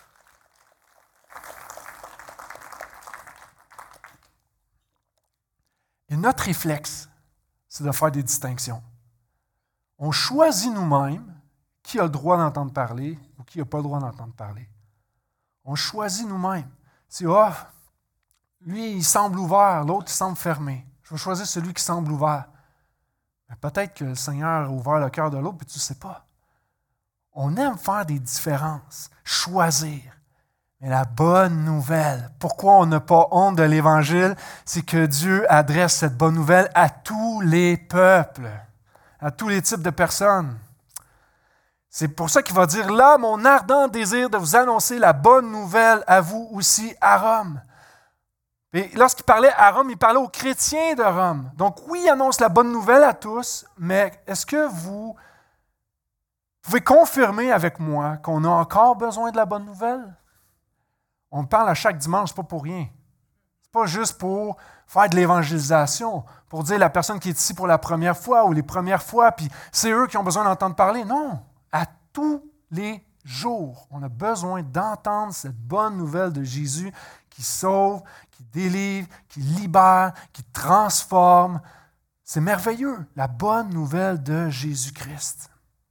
Speaker 1: Et notre réflexe, c'est de faire des distinctions. On choisit nous-mêmes qui a le droit d'entendre parler ou qui n'a pas le droit d'entendre parler. On choisit nous-mêmes. C'est « Ah, oh, lui, il semble ouvert, l'autre, il semble fermé. Je vais choisir celui qui semble ouvert. » Mais peut-être que le Seigneur a ouvert le cœur de l'autre, puis tu ne sais pas. On aime faire des différences, choisir. Mais la bonne nouvelle, pourquoi on n'a pas honte de l'Évangile, c'est que Dieu adresse cette bonne nouvelle à tous les peuples, à tous les types de personnes. C'est pour ça qu'il va dire « Là, mon ardent désir de vous annoncer la bonne nouvelle à vous aussi à Rome. » Et lorsqu'il parlait à Rome, il parlait aux chrétiens de Rome. Donc oui, il annonce la bonne nouvelle à tous, mais est-ce que vous pouvez confirmer avec moi qu'on a encore besoin de la bonne nouvelle? On parle à chaque dimanche, pas pour rien. Ce n'est pas juste pour faire de l'évangélisation, pour dire la personne qui est ici pour la première fois ou les premières fois, puis c'est eux qui ont besoin d'entendre parler. Non, à tous les jours, on a besoin d'entendre cette bonne nouvelle de Jésus qui sauve, qui délivre, qui libère, qui transforme. C'est merveilleux, la bonne nouvelle de Jésus-Christ.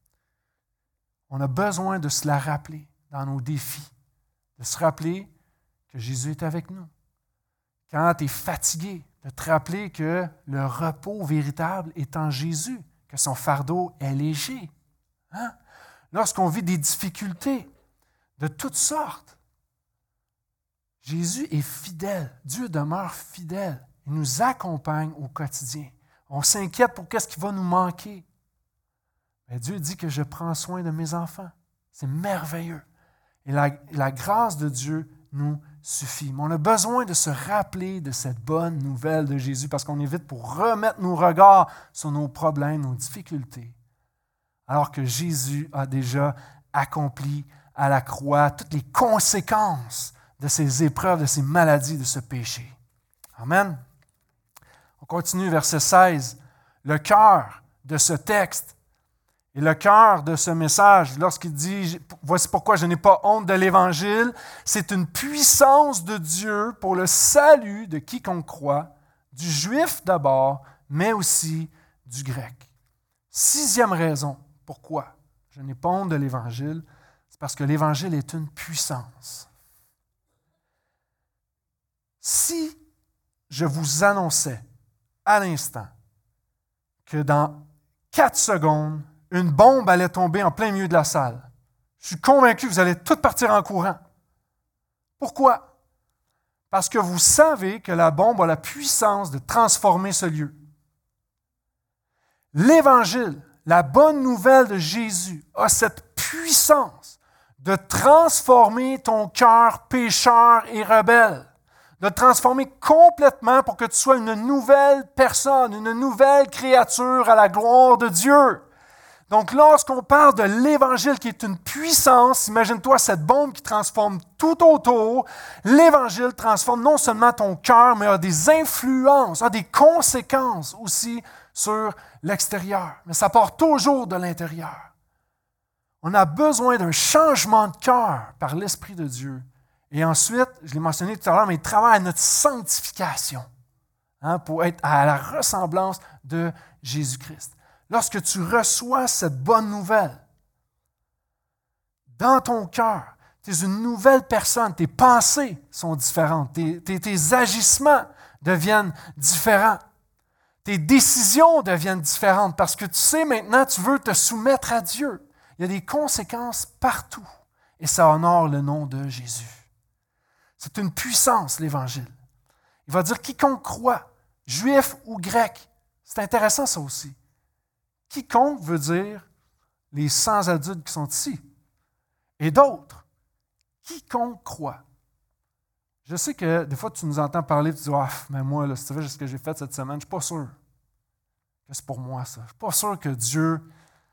Speaker 1: On a besoin de se la rappeler dans nos défis, de se rappeler que Jésus est avec nous. Quand tu es fatigué, de te rappeler que le repos véritable est en Jésus, que son fardeau est léger. Hein? Lorsqu'on vit des difficultés de toutes sortes, Jésus est fidèle. Dieu demeure fidèle. Il nous accompagne au quotidien. On s'inquiète pour qu'est-ce qui va nous manquer. Mais Dieu dit que je prends soin de mes enfants. C'est merveilleux. Et la, la grâce de Dieu nous suffit. Mais on a besoin de se rappeler de cette bonne nouvelle de Jésus parce qu'on est vite pour remettre nos regards sur nos problèmes, nos difficultés. Alors que Jésus a déjà accompli à la croix toutes les conséquences de ces épreuves, de ces maladies, de ce péché. Amen. On continue, verset seize. Le cœur de ce texte et le cœur de ce message, lorsqu'il dit « Voici pourquoi je n'ai pas honte de l'Évangile », c'est une puissance de Dieu pour le salut de quiconque croit, du juif d'abord, mais aussi du grec. Sixième raison, pourquoi je n'ai pas honte de l'Évangile, c'est parce que l'Évangile est une puissance. Si je vous annonçais à l'instant que dans quatre secondes, une bombe allait tomber en plein milieu de la salle, je suis convaincu que vous allez tous partir en courant. Pourquoi? Parce que vous savez que la bombe a la puissance de transformer ce lieu. L'Évangile, la bonne nouvelle de Jésus, a cette puissance de transformer ton cœur pécheur et rebelle, de te transformer complètement pour que tu sois une nouvelle personne, une nouvelle créature à la gloire de Dieu. Donc, lorsqu'on parle de l'Évangile qui est une puissance, imagine-toi cette bombe qui transforme tout autour. L'Évangile transforme non seulement ton cœur, mais a des influences, a des conséquences aussi sur l'extérieur. Mais ça part toujours de l'intérieur. On a besoin d'un changement de cœur par l'Esprit de Dieu. Et ensuite, je l'ai mentionné tout à l'heure, mais il travaille à notre sanctification hein, pour être à la ressemblance de Jésus-Christ. Lorsque tu reçois cette bonne nouvelle, dans ton cœur, tu es une nouvelle personne, tes pensées sont différentes, tes, tes, tes agissements deviennent différents, tes décisions deviennent différentes parce que tu sais maintenant, tu veux te soumettre à Dieu. Il y a des conséquences partout et ça honore le nom de Jésus. C'est une puissance, l'Évangile. Il va dire quiconque croit, juif ou grec. C'est intéressant ça aussi. Quiconque veut dire les sans-adultes qui sont ici. Et d'autres, quiconque croit. Je sais que des fois, tu nous entends parler et tu dis « Ah, mais moi, là, si tu veux ce que j'ai fait cette semaine, je ne suis pas sûr que c'est pour moi, ça. Je ne suis pas sûr que Dieu,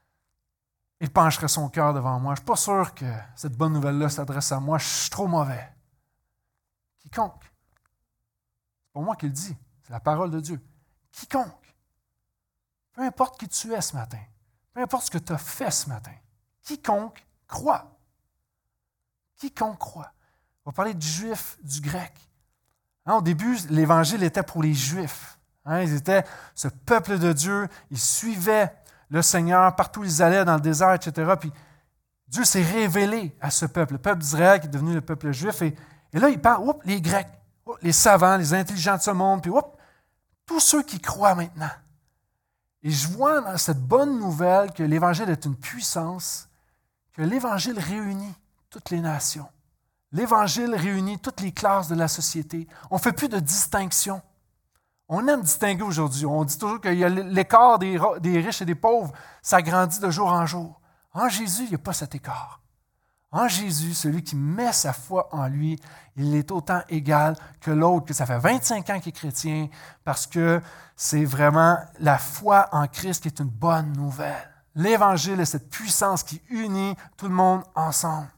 Speaker 1: il pencherait son cœur devant moi. Je ne suis pas sûr que cette bonne nouvelle-là s'adresse à moi. Je suis trop mauvais. » Quiconque. C'est pour moi qu'il le dit. C'est la parole de Dieu. Quiconque. Peu importe qui tu es ce matin, peu importe ce que tu as fait ce matin, quiconque croit. Quiconque croit. On va parler du juif, du grec. Hein, au début, l'Évangile était pour les Juifs. Hein, ils étaient ce peuple de Dieu, ils suivaient le Seigneur partout où ils allaient dans le désert, et cetera. Puis Dieu s'est révélé à ce peuple, le peuple d'Israël qui est devenu le peuple juif. Et, et là, il parle, oups, les Grecs, oups, les savants, les intelligents de ce monde, puis oups, tous ceux qui croient maintenant. Et je vois dans cette bonne nouvelle que l'Évangile est une puissance, que l'Évangile réunit toutes les nations. L'Évangile réunit toutes les classes de la société. On ne fait plus de distinction. On aime distinguer aujourd'hui. On dit toujours qu'il y a l'écart des, des riches et des pauvres. Ça grandit de jour en jour. En Jésus, il n'y a pas cet écart. En Jésus, celui qui met sa foi en lui, il est autant égal que l'autre, que ça fait vingt-cinq ans qu'il est chrétien, parce que c'est vraiment la foi en Christ qui est une bonne nouvelle. L'Évangile est cette puissance qui unit tout le monde ensemble.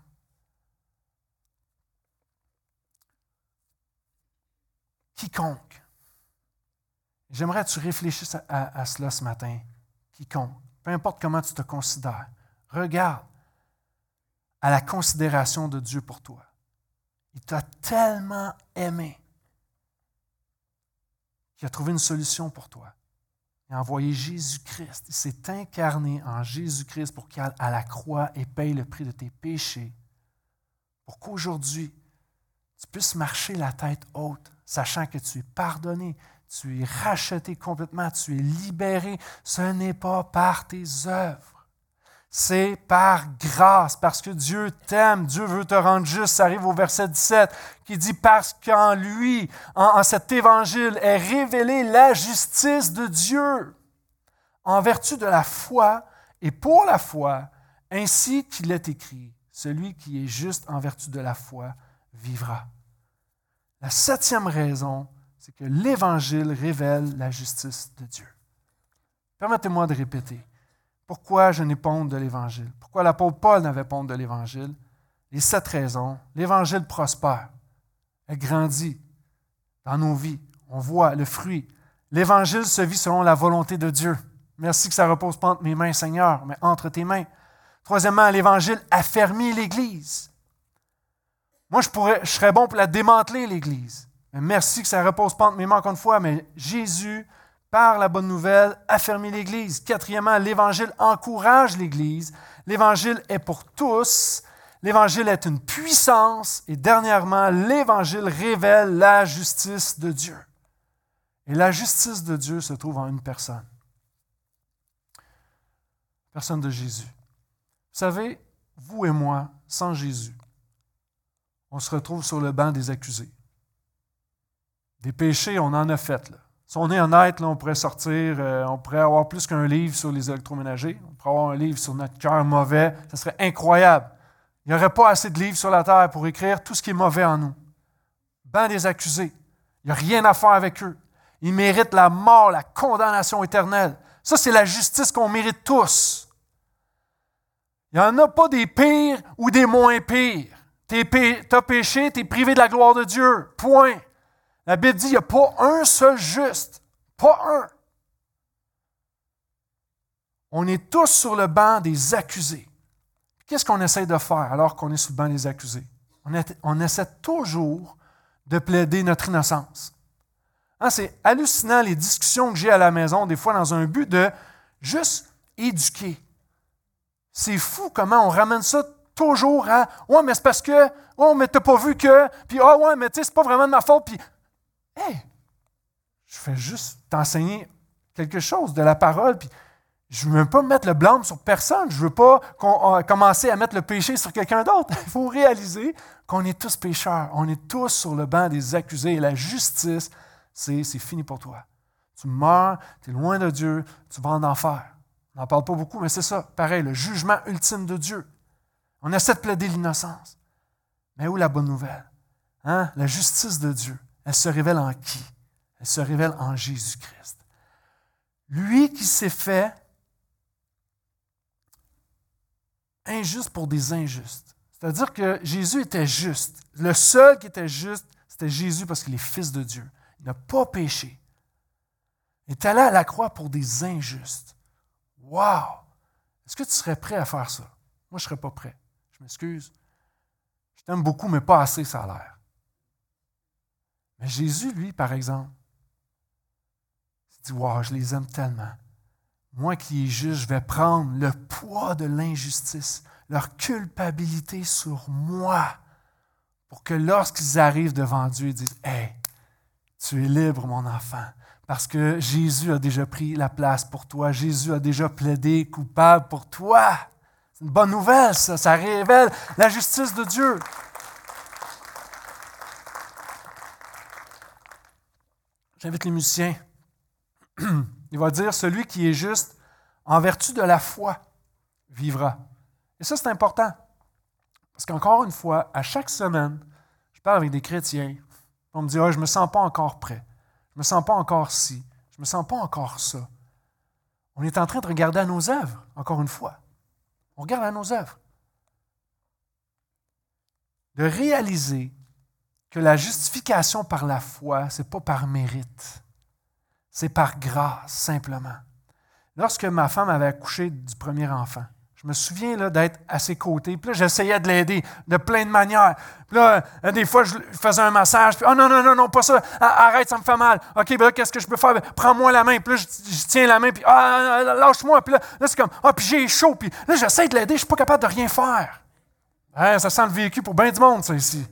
Speaker 1: Quiconque. J'aimerais que tu réfléchisses à, à, à cela ce matin. Quiconque. Peu importe comment tu te considères. Regarde à la considération de Dieu pour toi. Il t'a tellement aimé qu'il a trouvé une solution pour toi. Il a envoyé Jésus-Christ. Il s'est incarné en Jésus-Christ pour qu'il aille à la croix et paye le prix de tes péchés. Pour qu'aujourd'hui, tu puisses marcher la tête haute, sachant que tu es pardonné, tu es racheté complètement, tu es libéré. Ce n'est pas par tes œuvres. C'est par grâce, parce que Dieu t'aime, Dieu veut te rendre juste. Ça arrive au verset dix-sept, qui dit « Parce qu'en lui, en, en cet évangile, est révélée la justice de Dieu, en vertu de la foi et pour la foi, ainsi qu'il est écrit, celui qui est juste en vertu de la foi vivra. » La septième raison, c'est que l'Évangile révèle la justice de Dieu. Permettez-moi de répéter. Pourquoi je n'ai pas honte de l'Évangile? Pourquoi l'apôtre Paul n'avait pas honte de l'Évangile? Les sept raisons. L'Évangile prospère. Elle grandit dans nos vies. On voit le fruit. L'Évangile se vit selon la volonté de Dieu. Merci que ça ne repose pas entre mes mains, Seigneur, mais entre tes mains. Troisièmement, l'Évangile affermit l'Église. Moi, je, pourrais, je serais bon pour la démanteler, l'Église. Mais merci que ça ne repose pas entre mes mains encore une fois, mais Jésus, par la bonne nouvelle, affermit l'Église. Quatrièmement, l'Évangile encourage l'Église. L'Évangile est pour tous. L'Évangile est une puissance. Et dernièrement, l'Évangile révèle la justice de Dieu. Et la justice de Dieu se trouve en une personne. Personne de Jésus. Vous savez, vous et moi, sans Jésus, on se retrouve sur le banc des accusés. Des péchés, on en a fait, là. Si on est honnête, là, on pourrait sortir, euh, on pourrait avoir plus qu'un livre sur les électroménagers, on pourrait avoir un livre sur notre cœur mauvais, ça serait incroyable. Il n'y aurait pas assez de livres sur la terre pour écrire tout ce qui est mauvais en nous. Banc des accusés, il n'y a rien à faire avec eux. Ils méritent la mort, la condamnation éternelle. Ça, c'est la justice qu'on mérite tous. Il n'y en a pas des pires ou des moins pires. Tu as péché, tu es privé de la gloire de Dieu. Point. La Bible dit qu'il n'y a pas un seul juste. Pas un. On est tous sur le banc des accusés. Qu'est-ce qu'on essaie de faire alors qu'on est sur le banc des accusés? On, est, on essaie toujours de plaider notre innocence. Hein, c'est hallucinant les discussions que j'ai à la maison, des fois dans un but de juste éduquer. C'est fou comment on ramène ça toujours à « Ouais, mais c'est parce que, ouais, mais t'as pas vu que, puis ah ouais, mais tu sais, c'est pas vraiment de ma faute, puis hey, je fais juste t'enseigner quelque chose de la parole, puis je ne veux pas mettre le blâme sur personne. Je ne veux pas qu'on, euh, commencer à mettre le péché sur quelqu'un d'autre. Il faut réaliser qu'on est tous pécheurs. On est tous sur le banc des accusés. Et la justice, c'est, c'est fini pour toi. Tu meurs, tu es loin de Dieu, tu vas en enfer. On n'en parle pas beaucoup, mais c'est ça. Pareil, le jugement ultime de Dieu. On essaie de plaider l'innocence. Mais où la bonne nouvelle? Hein? La justice de Dieu, elle se révèle en qui? Elle se révèle en Jésus-Christ. Lui qui s'est fait injuste pour des injustes. C'est-à-dire que Jésus était juste. Le seul qui était juste, c'était Jésus parce qu'il est fils de Dieu. Il n'a pas péché. Il est allé à la croix pour des injustes. Wow! Est-ce que tu serais prêt à faire ça? Moi, je ne serais pas prêt. Je m'excuse. Je t'aime beaucoup, mais pas assez, ça a l'air. Mais Jésus, lui, par exemple, il dit, wow, je les aime tellement. Moi qui est juste, je vais prendre le poids de l'injustice, leur culpabilité sur moi, pour que lorsqu'ils arrivent devant Dieu, ils disent « Hey, tu es libre, mon enfant, parce que Jésus a déjà pris la place pour toi. Jésus a déjà plaidé coupable pour toi. » C'est une bonne nouvelle, ça. Ça révèle la justice de Dieu. J'invite les musiciens. Il va dire, celui qui est juste, en vertu de la foi, vivra. Et ça, c'est important. Parce qu'encore une fois, à chaque semaine, je parle avec des chrétiens. On me dit, ah, je ne me sens pas encore prêt. Je ne me sens pas encore ci. Je ne me sens pas encore ça. On est en train de regarder à nos œuvres, encore une fois. On regarde à nos œuvres. De réaliser que la justification par la foi, ce n'est pas par mérite. C'est par grâce, simplement. Lorsque ma femme avait accouché du premier enfant, je me souviens là, d'être à ses côtés. Puis là, j'essayais de l'aider de plein de manières. Puis là, des fois, je faisais un massage. Puis, oh non, non, non, non, pas ça. Arrête, ça me fait mal. OK, ben là, qu'est-ce que je peux faire? Prends-moi la main. Puis là, je, je tiens la main. Puis, ah, lâche-moi. Puis là, là c'est comme, ah, puis j'ai chaud. Puis là, j'essaie de l'aider. Je ne suis pas capable de rien faire. Hein, ça sent le vécu pour bien du monde, ça, ici.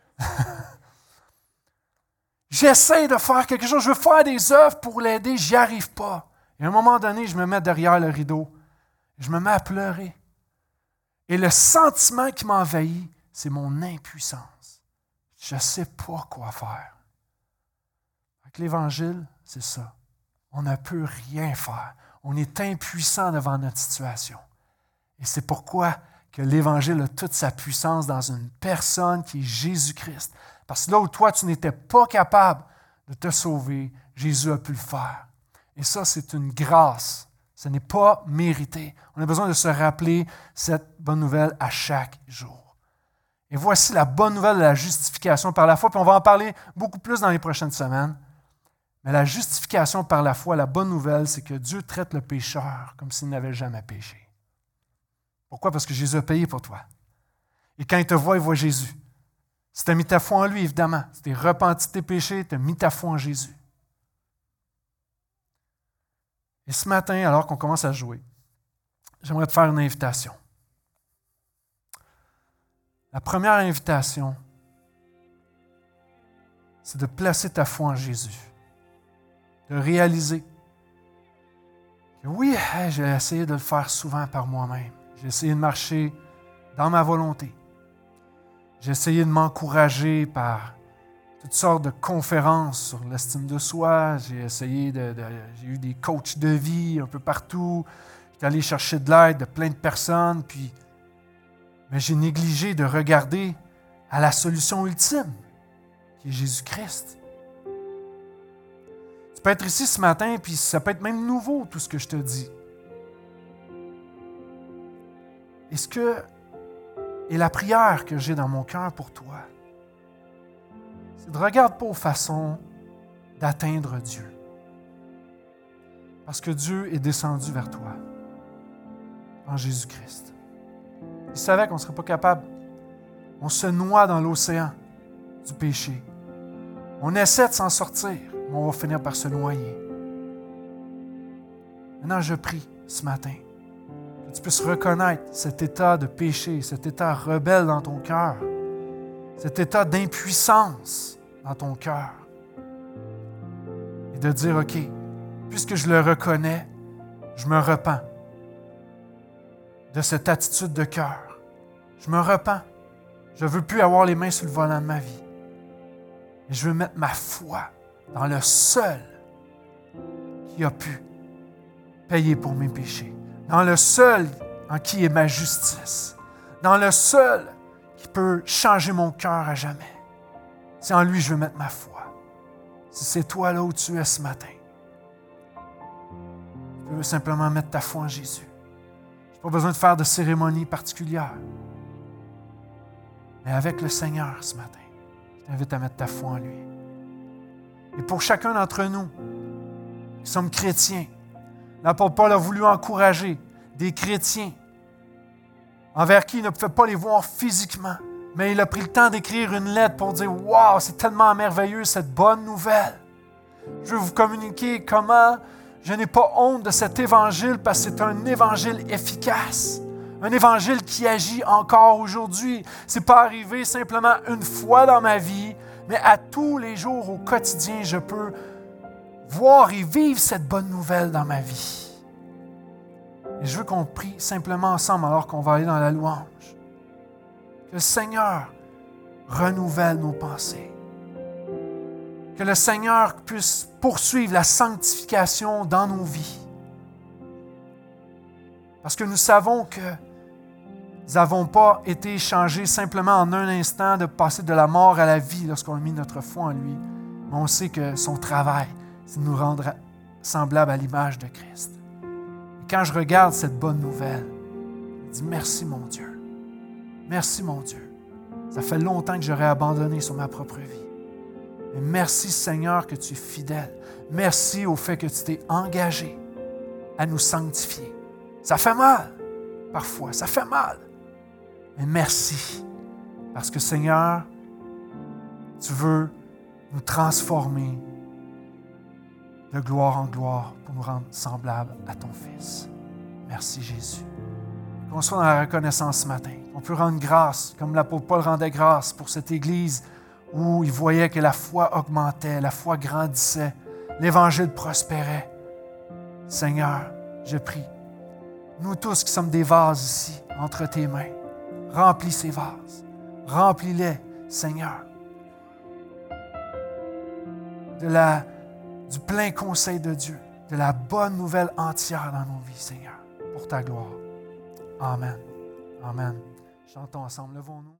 Speaker 1: J'essaie de faire quelque chose. Je veux faire des œuvres pour l'aider. Je n'y arrive pas. Et à un moment donné, je me mets derrière le rideau. Je me mets à pleurer. Et le sentiment qui m'envahit, c'est mon impuissance. Je ne sais pas quoi faire. Avec l'Évangile, c'est ça. On ne peut rien faire. On est impuissant devant notre situation. Et c'est pourquoi que l'Évangile a toute sa puissance dans une personne qui est Jésus-Christ. Parce que là où toi, tu n'étais pas capable de te sauver, Jésus a pu le faire. Et ça, c'est une grâce. Ce n'est pas mérité. On a besoin de se rappeler cette bonne nouvelle à chaque jour. Et voici la bonne nouvelle de la justification par la foi, puis on va en parler beaucoup plus dans les prochaines semaines. Mais la justification par la foi, la bonne nouvelle, c'est que Dieu traite le pécheur comme s'il n'avait jamais péché. Pourquoi? Parce que Jésus a payé pour toi. Et quand il te voit, il voit Jésus. Si tu as mis ta foi en lui, évidemment, si tu es repenti de tes péchés, tu as mis ta foi en Jésus. Et ce matin, alors qu'on commence à jouer, j'aimerais te faire une invitation. La première invitation, c'est de placer ta foi en Jésus. De réaliser que oui, j'ai essayé de le faire souvent par moi-même. J'ai essayé de marcher dans ma volonté. J'ai essayé de m'encourager par toutes sortes de conférences sur l'estime de soi. J'ai essayé de, de... J'ai eu des coachs de vie un peu partout. J'étais allé chercher de l'aide de plein de personnes. Puis, mais j'ai négligé de regarder à la solution ultime, qui est Jésus-Christ. Tu peux être ici ce matin, puis ça peut être même nouveau, tout ce que je te dis. Et ce que et la prière que j'ai dans mon cœur pour toi, c'est de regarder pas aux façons d'atteindre Dieu. Parce que Dieu est descendu vers toi en Jésus-Christ. Il savait qu'on ne serait pas capable. On se noie dans l'océan du péché. On essaie de s'en sortir, mais on va finir par se noyer. Maintenant, je prie ce matin que tu puisses reconnaître cet état de péché, cet état rebelle dans ton cœur, cet état d'impuissance dans ton cœur. Et de dire, OK, puisque je le reconnais, je me repens de cette attitude de cœur. Je me repens. Je ne veux plus avoir les mains sur le volant de ma vie. Et je veux mettre ma foi dans le seul qui a pu payer pour mes péchés. Dans le seul en qui est ma justice. Dans le seul qui peut changer mon cœur à jamais. C'est en lui que je veux mettre ma foi. Si c'est toi là où tu es ce matin, tu veux simplement mettre ta foi en Jésus. Je n'ai pas besoin de faire de cérémonie particulière. Mais avec le Seigneur ce matin, je t'invite à mettre ta foi en lui. Et pour chacun d'entre nous qui sommes chrétiens, l'apôtre Paul a voulu encourager des chrétiens envers qui il ne pouvait pas les voir physiquement. Mais il a pris le temps d'écrire une lettre pour dire « Wow, c'est tellement merveilleux cette bonne nouvelle. Je veux vous communiquer comment je n'ai pas honte de cet évangile parce que c'est un évangile efficace. Un évangile qui agit encore aujourd'hui. Ce n'est pas arrivé simplement une fois dans ma vie, mais à tous les jours, au quotidien, je peux voir et vivre cette bonne nouvelle dans ma vie. Et je veux qu'on prie simplement ensemble alors qu'on va aller dans la louange. Que le Seigneur renouvelle nos pensées. Que le Seigneur puisse poursuivre la sanctification dans nos vies. Parce que nous savons que nous n'avons pas été changés simplement en un instant de passer de la mort à la vie lorsqu'on a mis notre foi en lui. Mais on sait que son travail, c'est de nous rendre semblables à l'image de Christ. Et quand je regarde cette bonne nouvelle, je dis merci mon Dieu. Merci mon Dieu. Ça fait longtemps que j'aurais abandonné sur ma propre vie. Mais merci Seigneur que tu es fidèle. Merci au fait que tu t'es engagé à nous sanctifier. Ça fait mal, parfois, ça fait mal. Mais merci, parce que Seigneur, tu veux nous transformer de gloire en gloire pour nous rendre semblables à ton Fils. Merci Jésus. Qu'on soit dans la reconnaissance ce matin. On peut rendre grâce, comme l'apôtre Paul rendait grâce pour cette Église où il voyait que la foi augmentait, la foi grandissait, l'Évangile prospérait. Seigneur, je prie, nous tous qui sommes des vases ici, entre tes mains, remplis ces vases, remplis-les, Seigneur, de la, du plein conseil de Dieu, de la bonne nouvelle entière dans nos vies, Seigneur, pour ta gloire. Amen. Amen. Chantons ensemble, levons-nous.